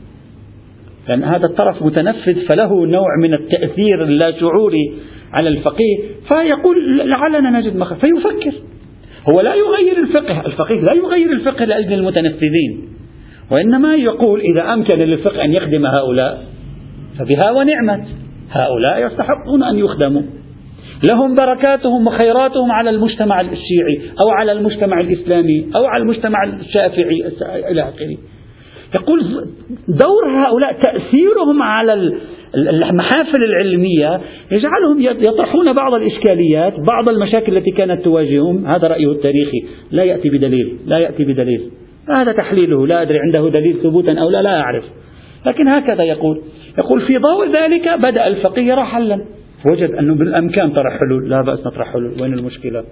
[SPEAKER 1] لأن هذا الطرف متنفذ فله نوع من التأثير اللاشعوري على الفقيه، فيقول لعلنا نجد مخرج، فيفكر. هو لا يغير الفقه، الفقيه لا يغير الفقه لأجل المتنفذين، وإنما يقول إذا أمكن للفقه أن يخدم هؤلاء فبها ونعمت، هؤلاء يستحقون أن يخدموا، لهم بركاتهم وخيراتهم على المجتمع الشيعي أو على المجتمع الإسلامي أو على المجتمع الشافعي إلى آخره. يقول دور هؤلاء تأثيرهم على المحافل العلمية يجعلهم يطرحون بعض الإشكاليات، بعض المشاكل التي كانت تواجههم. هذا رأيه التاريخي، لا يأتي بدليل، هذا تحليله، لا أدري عنده دليل ثبوتا أو لا أعرف، لكن هكذا يقول في ضوء ذلك بدأ الفقيه يرى حلا، وجد أنه بالأمكان طرح حلول، لا بأس نطرح حلول. وين المشكلة؟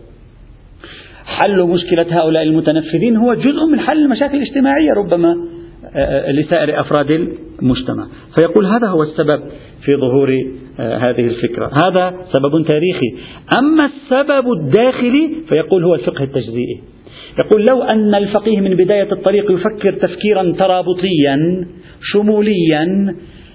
[SPEAKER 1] حل مشكلة هؤلاء المتنفذين هو جزء من حل المشاكل الاجتماعية ربما لسائر أفراد المجتمع. فيقول هذا هو السبب في ظهور هذه الفكرة، هذا سبب تاريخي. أما السبب الداخلي فيقول هو الفقه التجزئي. يقول لو أن الفقيه من بداية الطريق يفكر تفكيرا ترابطيا شموليا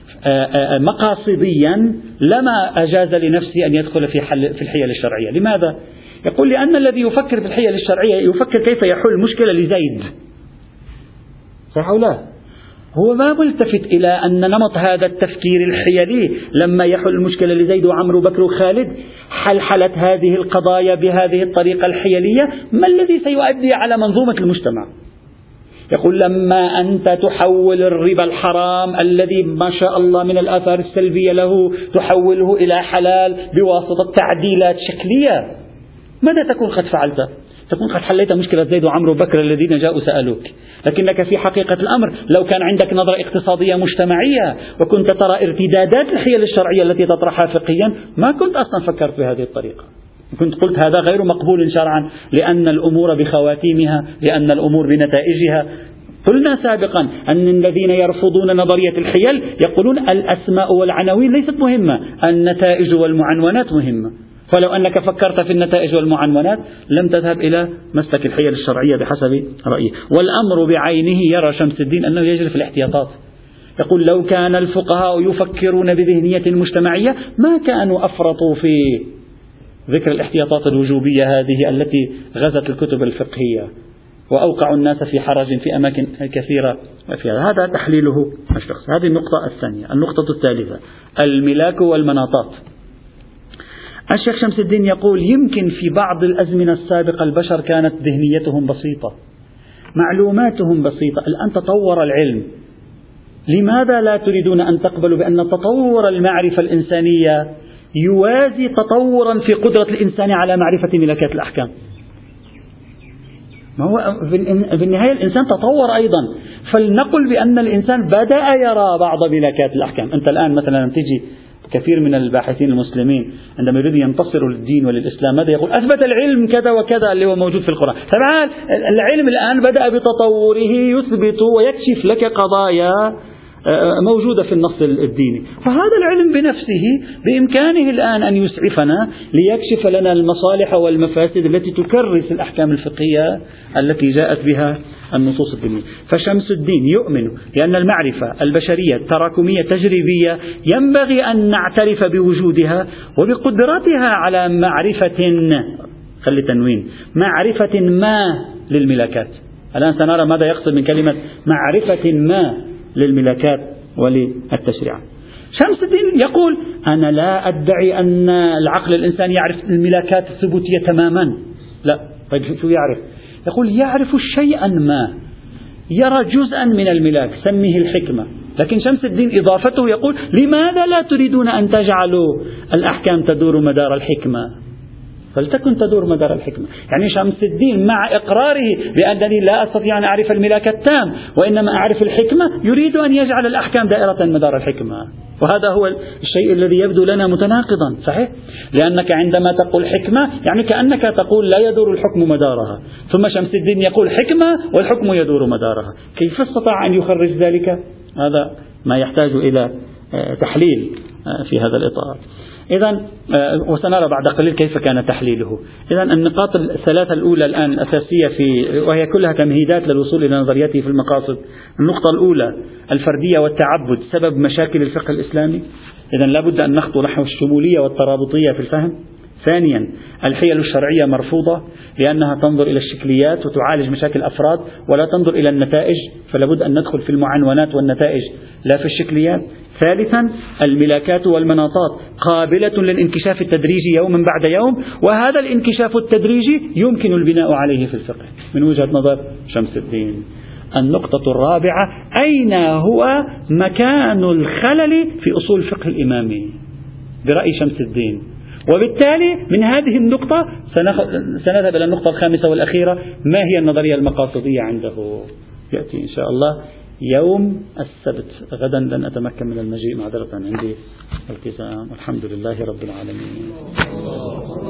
[SPEAKER 1] مقاصديا لما أجاز لنفسه أن يدخل في الحيل الشرعية. لماذا؟ يقول لأن الذي يفكر في الحيل الشرعية يفكر كيف يحل مشكلة لزيد، صح أو لا؟ هو ما ملتفت إلى أن نمط هذا التفكير الحيلي لما يحل المشكلة لزيد وعمرو وبكر وخالد حلت هذه القضايا بهذه الطريقة الحيلية، ما الذي سيؤدي على منظومة المجتمع؟ يقول لما أنت تحول الربا الحرام الذي ما شاء الله من الآثار السلبية له تحوله إلى حلال بواسطة تعديلات شكلية، ماذا تكون قد فعلت؟ تكون قد حليت مشكلة زيد وعمرو وبكر الذين جاءوا سألوك، لكنك في حقيقة الأمر لو كان عندك نظرة اقتصادية مجتمعية وكنت ترى ارتدادات الحيل الشرعية التي تطرحها فقهيا ما كنت أصلا فكرت بهذه الطريقة، كنت قلت هذا غير مقبول شرعا لأن الأمور بخواتيمها، لأن الأمور بنتائجها. قلنا سابقا أن الذين يرفضون نظرية الحيل يقولون الأسماء والعناوين ليست مهمة، النتائج والمعنونات مهمة، فلو أنك فكرت في النتائج والمعنونات لم تذهب إلى مسلك الحيل الشرعية بحسب رأيه. والأمر بعينه يرى شمس الدين أنه يجري في الاحتياطات، يقول لو كان الفقهاء يفكرون بذهنية مجتمعية ما كانوا أفرطوا في ذكر الاحتياطات الوجوبية هذه التي غزت الكتب الفقهية وأوقعوا الناس في حرج في أماكن كثيرة فيها. هذا تحليله الشخص. هذه النقطة الثانية. النقطة الثالثة الملاك والمناطات. الشيخ شمس الدين يقول يمكن في بعض الأزمنة السابقة البشر كانت ذهنيتهم بسيطة، معلوماتهم بسيطة، الآن تطور العلم، لماذا لا تريدون أن تقبلوا بأن تطور المعرفة الإنسانية يوازي تطورا في قدرة الإنسان على معرفة ملكات الأحكام؟ ما هو في النهاية الإنسان تطور أيضا، فلنقل بأن الإنسان بدأ يرى بعض ملكات الأحكام. أنت الآن مثلا تجي كثير من الباحثين المسلمين عندما يريد ينتصروا للدين وللإسلام ماذا يقول؟ أثبت العلم كذا وكذا اللي هو موجود في القرآن. طبعا العلم الآن بدأ بتطوره يثبت ويكشف لك قضايا موجودة في النص الديني، وهذا العلم بنفسه بإمكانه الآن أن يسعفنا ليكشف لنا المصالح والمفاسد التي تكرس الأحكام الفقهية التي جاءت بها النصوص الدينية. فشمس الدين يؤمن بأن المعرفة البشرية تراكمية تجريبية ينبغي أن نعترف بوجودها وبقدرتها على معرفة، خلي تنوين، معرفة ما للملكات. الآن سنرى ماذا يقصد من كلمة معرفة ما للملكات وللتشريعات. شمس الدين يقول أنا لا أدعي أن العقل الإنساني يعرف الملكات الثبوتية تماما، لا. طيب شو يعرف؟ يقول يعرف شيئا ما، يرى جزءا من الملاك، سميه الحكمة. لكن شمس الدين إضافته يقول لماذا لا تريدون أن تجعلوا الأحكام تدور مدار الحكمة؟ فلتكن تدور مدار الحكمة. يعني شمس الدين مع إقراره بأنني لا أستطيع أن أعرف الملاك التام وإنما أعرف الحكمة يريد أن يجعل الأحكام دائرة مدار الحكمة، وهذا هو الشيء الذي يبدو لنا متناقضا. صحيح؟ لأنك عندما تقول حكمة يعني كأنك تقول لا يدور الحكم مدارها، ثم شمس الدين يقول حكمة والحكم يدور مدارها. كيف استطاع أن يخرج ذلك؟ هذا ما يحتاج إلى تحليل في هذا الإطار. إذن وسنرى بعد قليل كيف كان تحليله. إذن النقاط الثلاثة الأولى الآن الأساسية وهي كلها تمهيدات للوصول إلى نظريته في المقاصد. النقطة الأولى الفردية والتعبد سبب مشاكل الفقه الإسلامي، إذن لابد أن نخطو نحو الشمولية والترابطية في الفهم. ثانيا الحيل الشرعية مرفوضة لأنها تنظر إلى الشكليات وتعالج مشاكل الأفراد ولا تنظر إلى النتائج، فلابد أن ندخل في المعنونات والنتائج لا في الشكليات. ثالثا الملاكات والمناطات قابلة للانكشاف التدريجي يوما بعد يوم، وهذا الانكشاف التدريجي يمكن البناء عليه في الفقه من وجهة نظر شمس الدين. النقطة الرابعة أين هو مكان الخلل في أصول الفقه الإمامي برأي شمس الدين، وبالتالي من هذه النقطة سنذهب إلى النقطة الخامسة والأخيرة، ما هي النظرية المقاصدية عنده. يأتي إن شاء الله يوم السبت. غدا لن أتمكن من المجيء معذرة عندي التزام. الحمد لله رب العالمين.